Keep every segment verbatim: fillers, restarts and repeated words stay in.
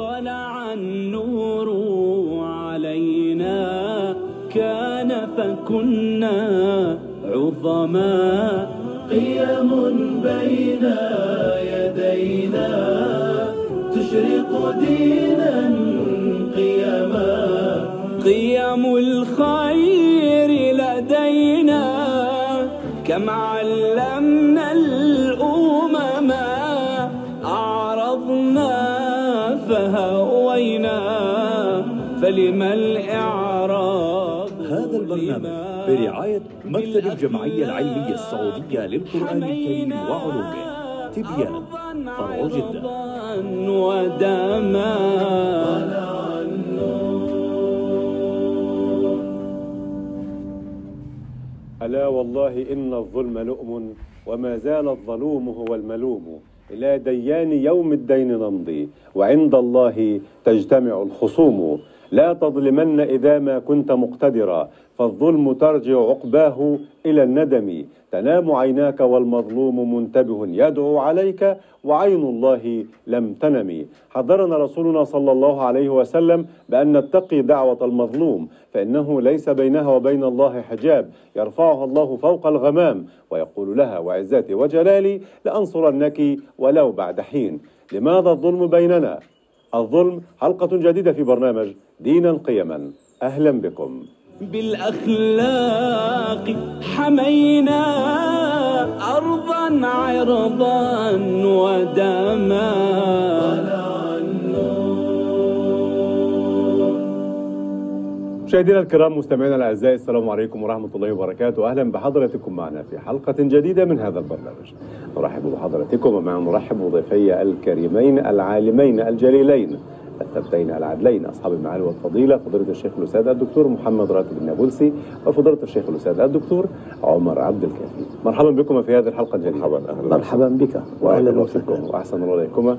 طلع النور علينا كان فكنا عظما قيم بين يدينا تشرق دينا قيما قيم الخير لدينا كم علمنا الأمم أعرضنا فهوينا فلما الإعراض. هذا البرنامج برعاية مكتب الجمعية العلمية السعودية للقرآن الكريم وعلومه. تبيان فرع جدة. ودما ألا والله إن الظلم لؤم وما زال الظلوم هو الملوم. إلى ديان يوم الدين نمضي وعند الله تجتمع الخصوم. لا تظلمن إذا ما كنت مقتدرا فالظلم ترجع عقباه إلى الندم. تنام عيناك والمظلوم منتبه يدعو عليك وعين الله لم تنم. حذرنا رسولنا صلى الله عليه وسلم بأن نتقي دعوة المظلوم فإنه ليس بينها وبين الله حجاب يرفعها الله فوق الغمام ويقول لها وعزتي وجلالي لأنصرنك ولو بعد حين. لماذا الظلم بيننا؟ الظلم حلقة جديدة في برنامج دينا قيما. أهلا بكم. بالأخلاق حمينا أرضا عرضا ودما. مشاهدينا الكرام مستمعينا الاعزاء السلام عليكم ورحمه الله وبركاته. اهلا بحضراتكم معنا في حلقه جديده من هذا البرنامج. نرحب بحضراتكم ومعنا نرحب بضيفي الكريمين العالمين الجليلين الثبتين العدلين اصحاب المعالي والفضيله فضيله الشيخ الاستاذ الدكتور محمد راتب النابلسي وفضيله الشيخ الاستاذ الدكتور عمر عبد الكافي. مرحبا بكم في هذه الحلقه الجديده. مرحبا اهلا مرحبا بك واهلا وسهلا واحسن الله اليكم.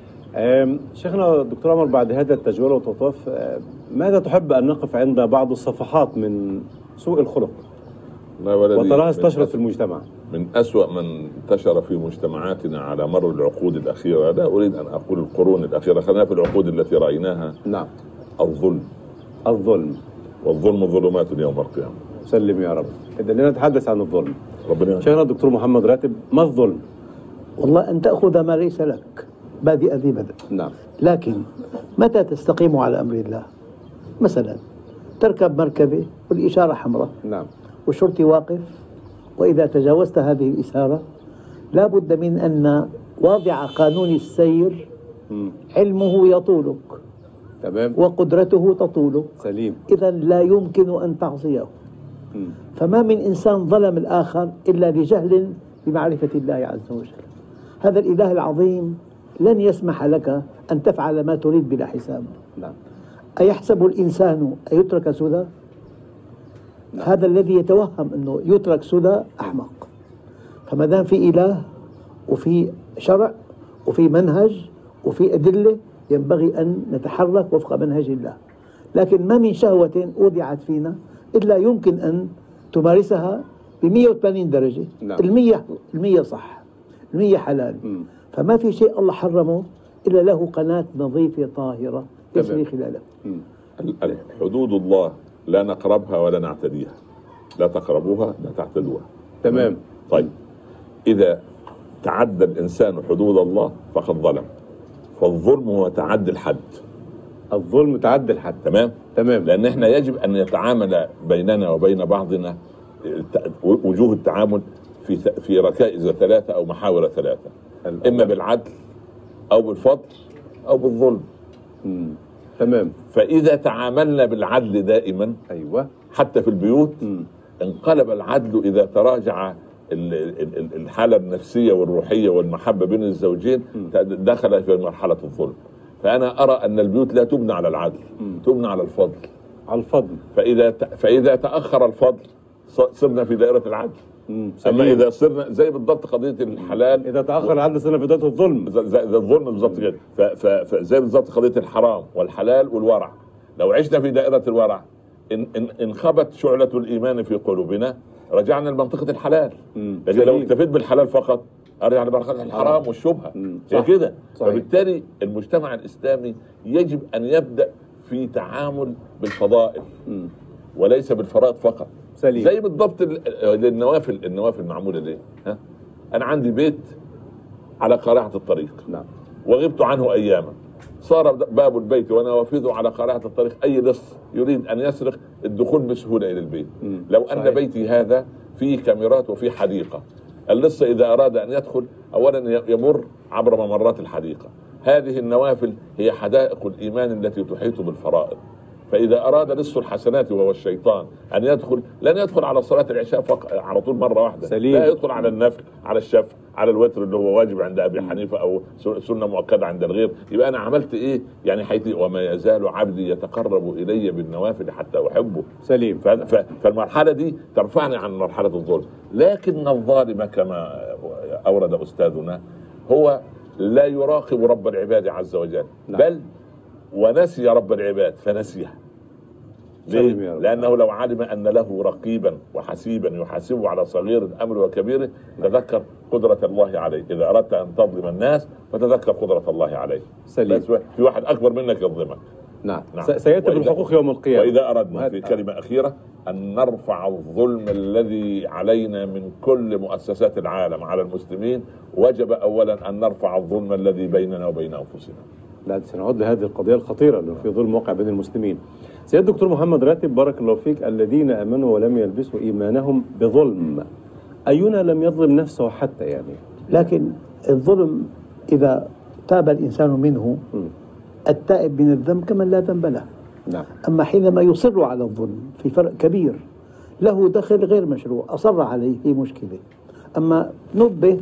شيخنا الدكتور عمر بعد هذا التجوال والتطواف ماذا تحب أن نقف عند بعض الصفحات من سوء الخلق وتراها استشرت في المجتمع؟ من أسوأ من انتشر في مجتمعاتنا على مر العقود الأخيرة، لا أريد أن أقول القرون الأخيرة، خلينا في العقود التي رأيناها. نعم. الظلم. الظلم. والظلم ظلمات يوم القيامة. سلم يا رب. إذا لنتحدث عن الظلم. ربنا. شيخنا الدكتور محمد راتب، ما الظلم؟ والله أن تأخذ ما ليس لك بادئ ذي بدء. نعم. لكن متى تستقيم على أمر الله؟ مثلا تركب مركبة والإشارة حمراء. نعم. والشرطي واقف، وإذا تجاوزت هذه الإشارة لا بد من أن واضع قانون السير م. علمه يطولك. تمام. وقدرته تطولك. سليم. إذا لا يمكن أن تعصيه. م. فما من إنسان ظلم الآخر إلا لجهل بمعرفة الله عز وجل. هذا الإله العظيم لن يسمح لك أن تفعل ما تريد بلا حساب. نعم. أيحسب الإنسان أن يترك سدى؟ نعم. هذا الذي يتوهم أنه يترك سدى أحمق. فما دام في إله وفي شرع وفي منهج وفي أدلة ينبغي أن نتحرك وفق منهج الله. لكن ما من شهوة وضعت فينا إلا يمكن أن تمارسها ب مئة وثمانين درجة. نعم. المية المية صح، المية حلال. م. فما في شيء الله حرمه إلا له قناة نظيفة طاهرة تسري خلاله. حدود الله لا نقربها ولا نعتديها. لا تقربوها لا تعتدوها. تمام. طيب إذا تعدى الإنسان حدود الله فقد ظلم. فالظلم هو تعدي الحد. الظلم تعدي الحد. تمام. تمام. لأن احنا يجب أن يتعامل بيننا وبين بعضنا وجوه التعامل في في ركائز ثلاثة أو محاور ثلاثة. إما بالعدل أو بالفضل أو بالظلم. مم. تمام. فإذا تعاملنا بالعدل دائما أيوة حتى في البيوت مم. انقلب العدل إذا تراجع الحالة النفسية والروحية والمحبة بين الزوجين مم. دخل في مرحلة الظلم. فأنا أرى أن البيوت لا تبنى على العدل، مم. تبنى على الفضل. على الفضل. فإذا فإذا تأخر الفضل صرنا في دائرة العدل. مم. أما إذا صرنا زي بالضبط قضية الحلال، إذا تأخر العدل صرنا في دائرة الظلم. زي الظلم بالضبط كده. فزي بالضبط قضية الحرام والحلال والورع. لو عشنا في دائرة الورع إن إن انخبت شعلة الإيمان في قلوبنا رجعنا لمنطقة الحلال. لكن لو اكتفيت بالحلال فقط ارجع لمرحله الحرام والشبهه. هي كده. فبالتالي المجتمع الاسلامي يجب ان يبدا في تعامل بالفضائل م. وليس بالفرائض فقط. سليم. زي بالضبط النوافل. النوافل معموله ليه؟ ها؟ انا عندي بيت على قارعه الطريق، نعم، وغبت عنه اياما، صار باب البيت ونوافذه على قارعه الطريق، اي لص يريد ان يسرق الدخول بسهوله الى البيت. م. لو ان صحيح. بيتي هذا فيه كاميرات وفيه حديقه، اللص اذا اراد ان يدخل اولا يمر عبر ممرات الحديقه. هذه النوافل هي حدائق الايمان التي تحيط بالفرائض. فاذا اراد لص الحسنات وهو الشيطان ان يدخل، لن يدخل على صلاه العشاء فقط على طول مره واحده، سليم. لا، يدخل على النفل، على الشفع، على الوتر اللي هو واجب عند ابي حنيفه او سنه مؤكده عند الغير. يبقى انا عملت ايه؟ يعني حيث وما يزال عبدي يتقرب الي بالنوافل حتى احبه. سليم. فالمرحله دي ترفعني عن مرحله الظلم. لكن الظالم كما اورد استاذنا هو لا يراقب رب العباد عز وجل، لا. بل ونسي رب العباد فنسيه. ليه؟ لأنه لو علم أن له رقيبا وحسيبا يحاسبه على صغير الأمر وكبيره تذكر قدرة الله عليه. إذا أردت أن تظلم الناس فتذكر قدرة الله عليه. سليم. في واحد أكبر منك يظلمك. نعم, نعم. سيأتي بالحقوق يوم القيامة. وإذا أردنا في كلمة أخيرة أن نرفع الظلم الذي علينا من كل مؤسسات العالم على المسلمين، وجب أولا أن نرفع الظلم الذي بيننا وبين أنفسنا. لا، سنعود لهذه القضية الخطيرة اللي في ظلم واقع بين المسلمين. سيد الدكتور محمد راتب، بارك الله فيك، الذين آمنوا ولم يلبسوا إيمانهم بظلم، أينا لم يظلم نفسه حتى يعني؟ لكن الظلم إذا تاب الإنسان منه م. التائب من الذنب كمن لا ذنب له. نعم. أما حينما يصر على الظلم في فرق كبير، له دخل غير مشروع أصر عليه في مشكلة، أما نبه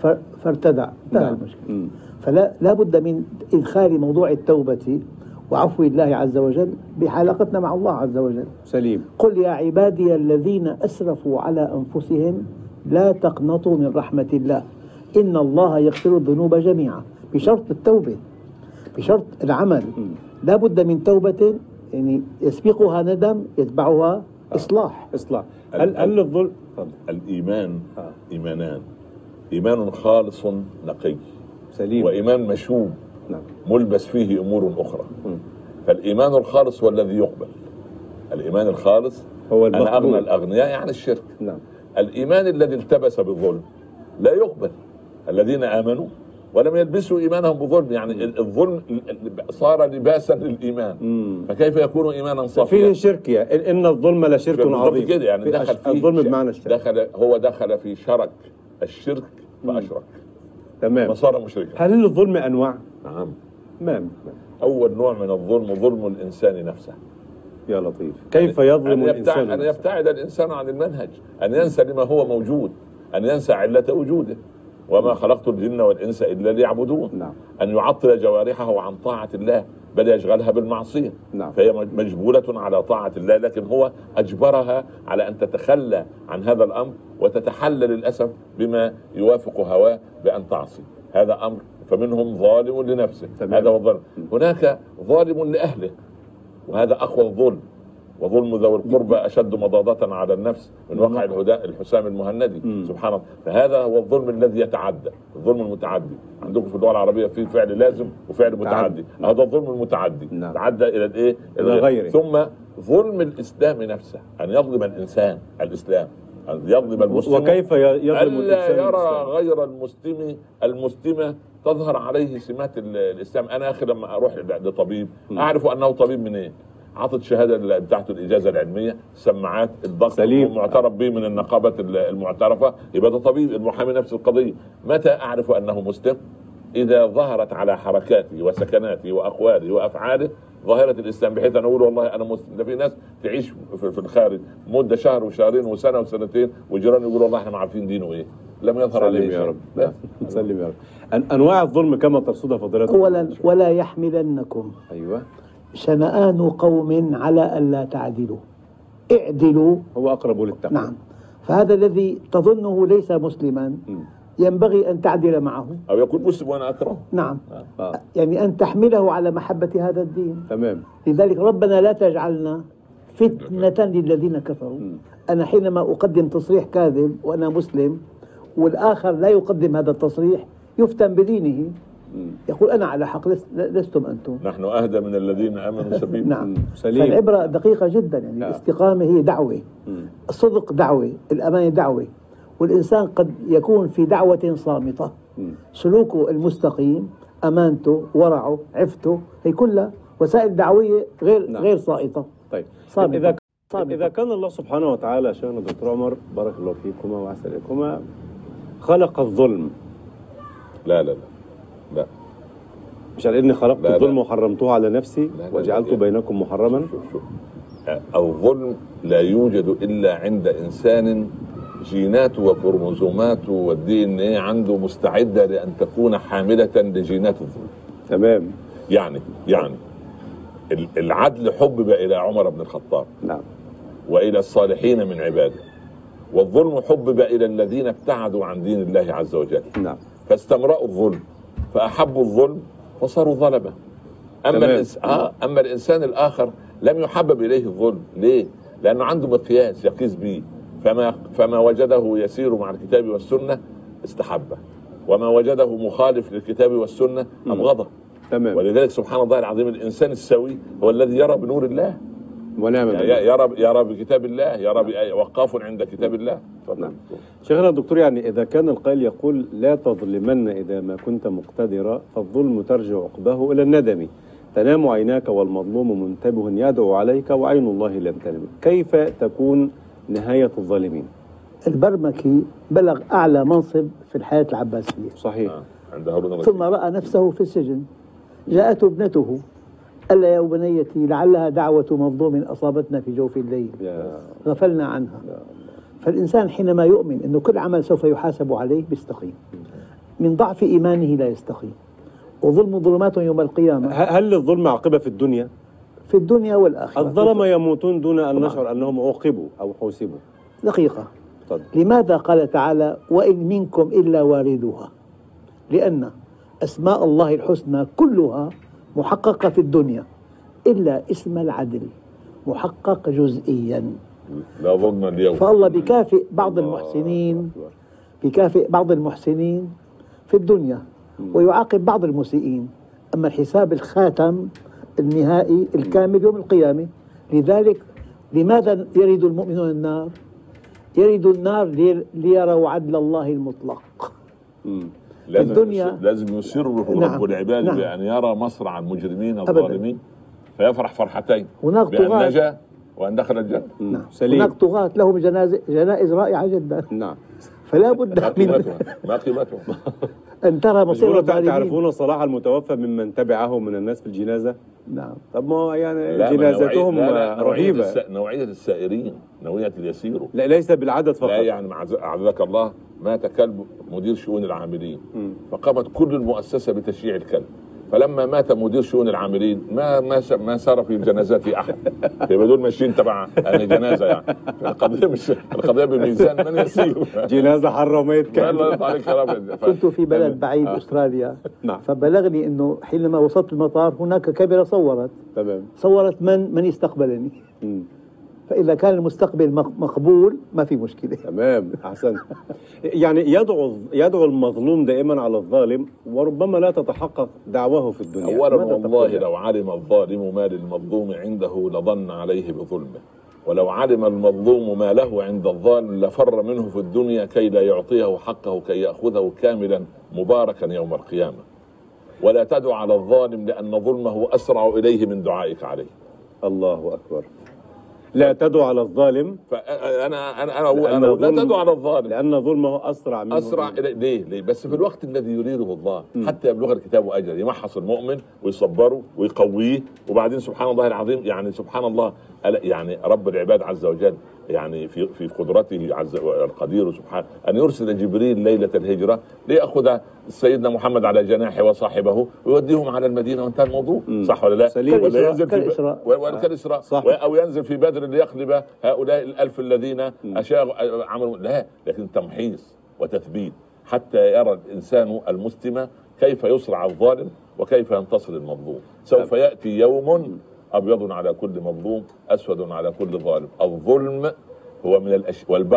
فارتدع انتهى المشكلة. م. فلا لا بد من إدخال موضوع التوبة وعفو الله عز وجل بحلقتنا مع الله عز وجل. سليم. قل يا عبادي الذين أسرفوا على أنفسهم لا تقنطوا من رحمة الله إن الله يغفر الذنوب جميعا، بشرط التوبة، بشرط العمل. لا بد من توبة يعني يسبقها ندم يتبعها إصلاح. إصلاح. هل هل الظلم؟ الإيمان آه. إيمانان، إيمان خالص نقي، سليم، وإيمان مشوب، نعم، ملبس فيه أمور أخرى. م. فالإيمان الخالص هو الذي يقبل. الإيمان الخالص هو أنا أغنى الأغنياء يعني الشرك. نعم. الإيمان الذي التبس بالظلم لا يقبل. الذين آمنوا ولم يلبسوا إيمانهم بظلم، يعني الظلم صار لباسا للإيمان. م. فكيف يكون إيمانا صافيا؟ فيه شرك، إن الظلم لشرك عظيم كده، يعني دخل فيه الظلم بمعنى الشرك. دخل هو دخل في شرك الشرك فأشرك. تمام. فصار مشركا. هل الظلم أنواع؟ نعم. ما أول نوع من الظلم ظلم الإنسان نفسه. يا لطيف، كيف يظلم أن الإنسان نفسه؟ أن يبتعد الإنسان عن المنهج، أن ينسى لما هو موجود، أن ينسى علة وجوده. وما خلقت الجن والإنس إلا ليعبدون. نعم. أن يعطل جوارحه عن طاعة الله بل يشغلها بالمعصية. نعم. فهي مجبولة على طاعة الله، لكن هو أجبرها على أن تتخلى عن هذا الأمر وتتحلى للأسف بما يوافق هواه بأن تعصي. هذا أمر. فمنهم ظالم لنفسه. تمام. هذا هو الظلم. هناك ظالم لأهله، وهذا أقوى الظلم. وظلم ذوي القربى أشد مضاضة على النفس من وقع الهداء الحسام المهندي. مم. سبحان الله. فهذا هو الظلم الذي يتعدى، الظلم المتعدي. عندكم في اللغة العربية في فعل لازم وفعل متعدي. هذا الظلم المتعدي. نعم. تعدى إلى الإيه؟ إلى غيره. ثم ظلم الإسلام نفسه، أن يظلم الإنسان الإسلام، أن يظلم المسلم. وكيف يظلم الإنسان؟ ألا يرى غير المسلم المسلمة تظهر عليه سمات الإسلام. أنا أخي لما أروح لطبيب أعرف أنه طبيب منين؟ إيه؟ عطت شهاده بتاعته الاجازه العلميه، سماعات، الضغط معترف به من النقابه المعترفه، يبقى ده طبيب. المحامي نفس القضيه. متى اعرف انه مسلم؟ اذا ظهرت على حركاته وسكناته واقواله وافعاله ظاهره الاسلام، بحيث انا اقول والله انا مسلم. ده في ناس تعيش في الخارج مده شهر وشهرين وسنه وسنتين وجيران يقولوا والله احنا ما عارفين دينه ايه، لم يظهر عليه يا رب. سلم يا رب. أن انواع الظلم كما ترصدها فضيلتك. اولا ولا يحملنكم ايوه شنآن قوم على ألا تعدلوا اعدلوا هو أقرب للتقوى. نعم. فهذا الذي تظنه ليس مسلما م. ينبغي أن تعدل معه، أو يكون مسلم وأنا أكره. نعم. آه. يعني أن تحمله على محبة هذا الدين. تمام. لذلك ربنا لا تجعلنا فتنة للذين كفروا. م. أنا حينما أقدم تصريح كاذب وأنا مسلم والآخر لا يقدم هذا التصريح يفتن بدينه، يقول أنا على حق لستم أنتم. نحن أهدى من الذين آمنوا سبيلا. نعم. سليم. فالعبرة دقيقة جدا، يعني نعم. الاستقامة هي دعوة، الصدق دعوة، الأمانة دعوة، والإنسان قد يكون في دعوة صامتة، سلوكه المستقيم، أمانته، ورعه، عفته، هي كلها وسائل دعوية غير نعم. غير سائطة. طيب صامتة. إذا صامتة. إذا كان الله سبحانه وتعالى شيخنا دكتور عمر بارك الله فيكما وأحسن إليكما خلق الظلم، لا لا لا لا مش على إني خلقت لا لا. الظلم وحرمته على نفسي لا لا وجعلته لا. بينكم محرما. شوف شوف الظلم لا يوجد إلا عند إنسان جيناته وكروموزوماته والدي ان ايه عنده مستعدة لأن تكون حاملة لجينات الظلم. تمام. يعني يعني العدل حبب إلى عمر بن الخطاب، نعم، وإلى الصالحين من عباده، والظلم حبب إلى الذين ابتعدوا عن دين الله عز وجل، نعم، فاستمرأوا الظلم فأحبوا الظلم فصاروا ظلمة. أما, الإنس... آه أما الإنسان الآخر لم يحبب إليه الظلم. ليه؟ لأنه عنده مقياس يقيس به، فما, فما وجده يسير مع الكتاب والسنة استحبه، وما وجده مخالف للكتاب والسنة أبغضه. تمام. ولذلك سبحان الله العظيم الإنسان السوي هو الذي يرى بنور الله ونعم يعني يرى يرى بكتاب الله، يرى بآية، وقاف عند كتاب الله. نعم. شيخنا الدكتور، يعني إذا كان القائل يقول لا تظلمن إذا ما كنت مقتدرا، فالظلم ترجع عقباه إلى الندم، تنام عيناك والمظلوم منتبه يدعو عليك وعين الله لم تنم. كيف تكون نهاية الظالمين؟ البرمكي بلغ أعلى منصب في الحياة العباسية، صحيح، آه. عند هارون الرشيد. ثم رأى نفسه في السجن، جاءته ابنته ألا يا بنيتي لعلها دعوة مظلوم أصابتنا في جوف الليل يا غفلنا عنها. فالإنسان حينما يؤمن أنه كل عمل سوف يحاسب عليه بيستقيم، من ضعف إيمانه لا يستقيم. وظلم ظلمات يوم القيامة. هل للظلم عاقبة في الدنيا؟ في الدنيا والآخرة. الظلم يموتون دون أن نشعر أنهم عوقبوا أو حوسبوا. دقيقة. طب. لماذا قال تعالى وإن منكم إلا واردها؟ لأن أسماء الله الحسنى كلها محققة في الدنيا إلا اسم العدل محقق جزئيا. لا ظلم اليوم. فالله بكافئ بعض المحسنين بكافئ بعض المحسنين في الدنيا ويعاقب بعض المسيئين، أما الحساب الخاتم النهائي الكامل يوم القيامة. لذلك لماذا يرد المؤمنون النار؟ يرد النار ليروا عدل الله المطلق. في الدنيا لازم يسر رب نعم. العباد نعم. بأن يرى مصرع المجرمين الظالمين فيفرح فرحتين، هناك بأن طغاة نجا وأن دخل الجنة. نعم. سليم. هناك طغاة لهم جنائز جنائز رائعة جدا. نعم. فلا بد ما من قيمتها ما قيمتها أن ترى مصير الظالمين. تعرفون صلاح المتوفى ممن تبعه من الناس في الجنازة؟ نعم. طب ما يعني لا، جنازتهم لا لا رهيبة. نوعية, الس... نوعية السائرين، نوعية اليسير، لا ليس بالعدد فقط. لا يعني أعزك الله مات كلب مدير شؤون العاملين م. فقامت كل المؤسسة بتشييع الكلب، فلما مات مدير شؤون العاملين ما ما ما سار في جنازات احد، يبقى دول ماشيين تبع الجنازه يعني. القضيه مش القضيه بميزان من يسير. جنازه حره وميت كان. كنت في بلد بعيد آه. استراليا. نعم. فبلغني انه حينما وصلت المطار هناك كاميرا صورت تمام صورت من من يستقبلني. م. فإذا كان المستقبل مقبول ما في مشكلة. تمام، أحسن. يعني يدعو يدعو المظلوم دائما على الظالم، وربما لا تتحقق دعواه في الدنيا. أولا والله لو علم الظالم ما للمظلوم عنده لظن عليه بظلمه، ولو علم المظلوم ما له عند الظالم لفر منه في الدنيا كي لا يعطيه حقه كي يأخذه كاملا مباركا يوم القيامة. ولا تدع على الظالم لأن ظلمه أسرع إليه من دعائك عليه. الله أكبر. لا تدعو على الظالم. فانا انا انا, أنا لا تدعو على الظالم لان ظلمه اسرع منه. اسرع ليه؟ ليه؟ بس في الوقت الذي يريده الله حتى يبلغ الكتاب اجله، يمحص المؤمن ويصبره ويقويه، وبعدين سبحان الله العظيم يعني سبحان الله يعني رب العباد عز وجل يعني في في قدرته عز القدير سبحانه ان يرسل جبريل ليله الهجره ليأخذ سيدنا محمد على جناحه وصاحبه ويوديهم على المدينه وانتهى الموضوع. صح ولا لا؟ سليم. ولا ينزل في كالإسراء كالإسراء او ينزل في بدر ليقلب هؤلاء الألف الذين أشاغوا عملوا، لا، لكن تمحيص وتثبيت حتى يرى الإنسان المسلم كيف يصرع الظالم وكيف ينتصر المظلوم. سوف يأتي يوم أبيض على كل مظلوم أسود على كل ظالم. الظلم هو من الأش... والبغي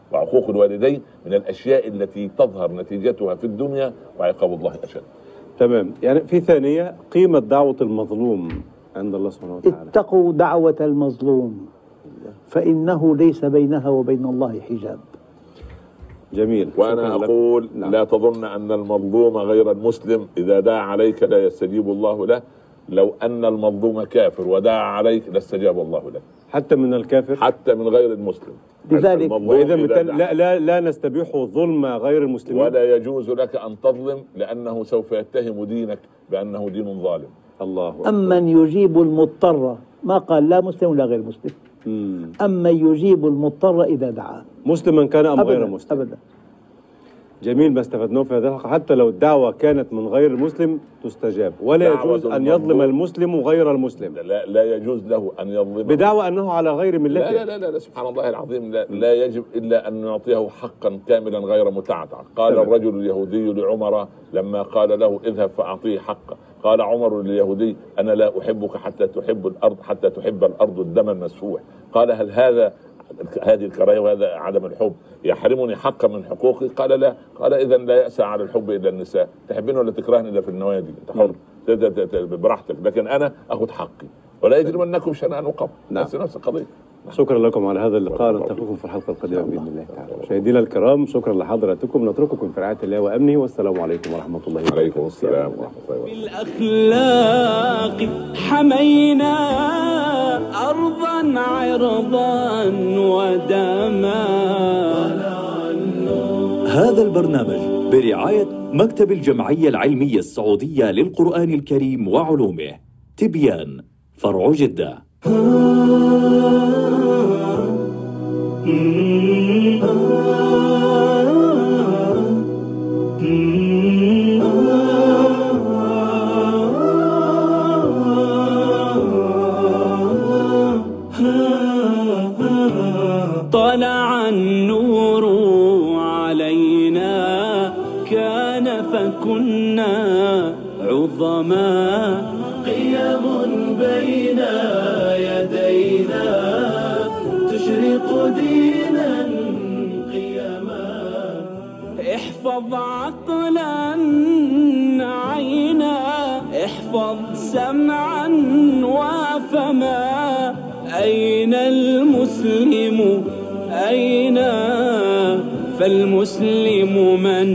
وعقوق الوالدين من الاشياء التي تظهر نتيجتها في الدنيا وعقاب الله اشد. تمام. يعني في ثانية قيمة دعوة المظلوم عند الله سبحانه وتعالى. اتقوا دعوة المظلوم فإنه ليس بينها وبين الله حجاب. جميل. وأنا أقول نعم. لا تظن أن المظلوم غير المسلم إذا دعا عليك لا يستجيب الله له. لو أن المظلوم كافر ودعا عليك لاستجاب الله له، حتى من الكافر، حتى من غير المسلم. لذلك وإذا لا, لا, لا نستبيح ظلم غير المسلمين، ولا يجوز لك أن تظلم لأنه سوف يتهم دينك بأنه دين ظالم. الله أكبر. أمن يجيب المضطر، ما قال لا مسلم ولا غير مسلم. أمن يجيب المضطر إذا دعاه، مسلما كان أم أبداً غير مسلم. أبدا. جميل ما استفدناه في هذه الحلقة. حتى لو الدعوة كانت من غير المسلم تستجاب، ولا يجوز أن يظلم المسلم غير المسلم. لا, لا يجوز له أن يظلم بدعوى أنه على غير ملته. لا لا لا, لا سبحان الله العظيم. لا, لا يجب إلا أن نعطيه حقا كاملا غير متعتع. قال تمام. الرجل اليهودي لعمر لما قال له اذهب فأعطيه حقه، قال عمر لليهودي أنا لا أحبك حتى تحب الأرض حتى تحب الأرض الدم المسفوح. قال هل هذا هذه الكراهية وهذا عدم الحب يحرمني حقا من حقوقي؟ قال لا. قال إذا لا يأسى على الحب إلا النساء، تحبين ولا تكرهني إلا في النوادي، أنت حر براحتك، لكن أنا أخذ حقي ولا يجرمنكم شنآن قوم. نفس نفس القضية. شكرا لكم على هذا اللقاء، نلتقيكم في الحلقة القادمة بإذن الله تعالى. مشاهدينا الكرام شكرا لحضراتكم، نترككم في رعاية الله وأمنه، والسلام عليكم ورحمة الله وبركاته. عليكم السلام ورحمة الله وبركاته. بالأخلاق حمينا أرضا عرضا ودما. هذا البرنامج برعاية مكتب الجمعية العلمية السعودية للقرآن الكريم وعلومه، تبيان، فرع جدة. طلع النور علينا كان فكنا عظما، قيم بين يدينا تشرق دينا قيما. احفظ عقلا عينا، احفظ سمعا وفما. أين المسلم أين؟ فالمسلم من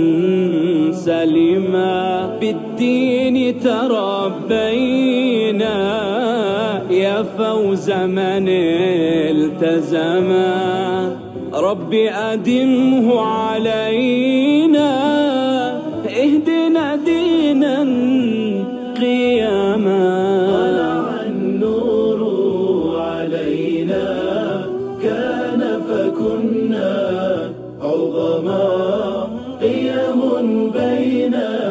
سلم بالدين تربينا، يا فوز من التزما. رب أدمه علينا، اهدنا دينا قياما. طلع النور علينا كان فكنا عظما، قيم بين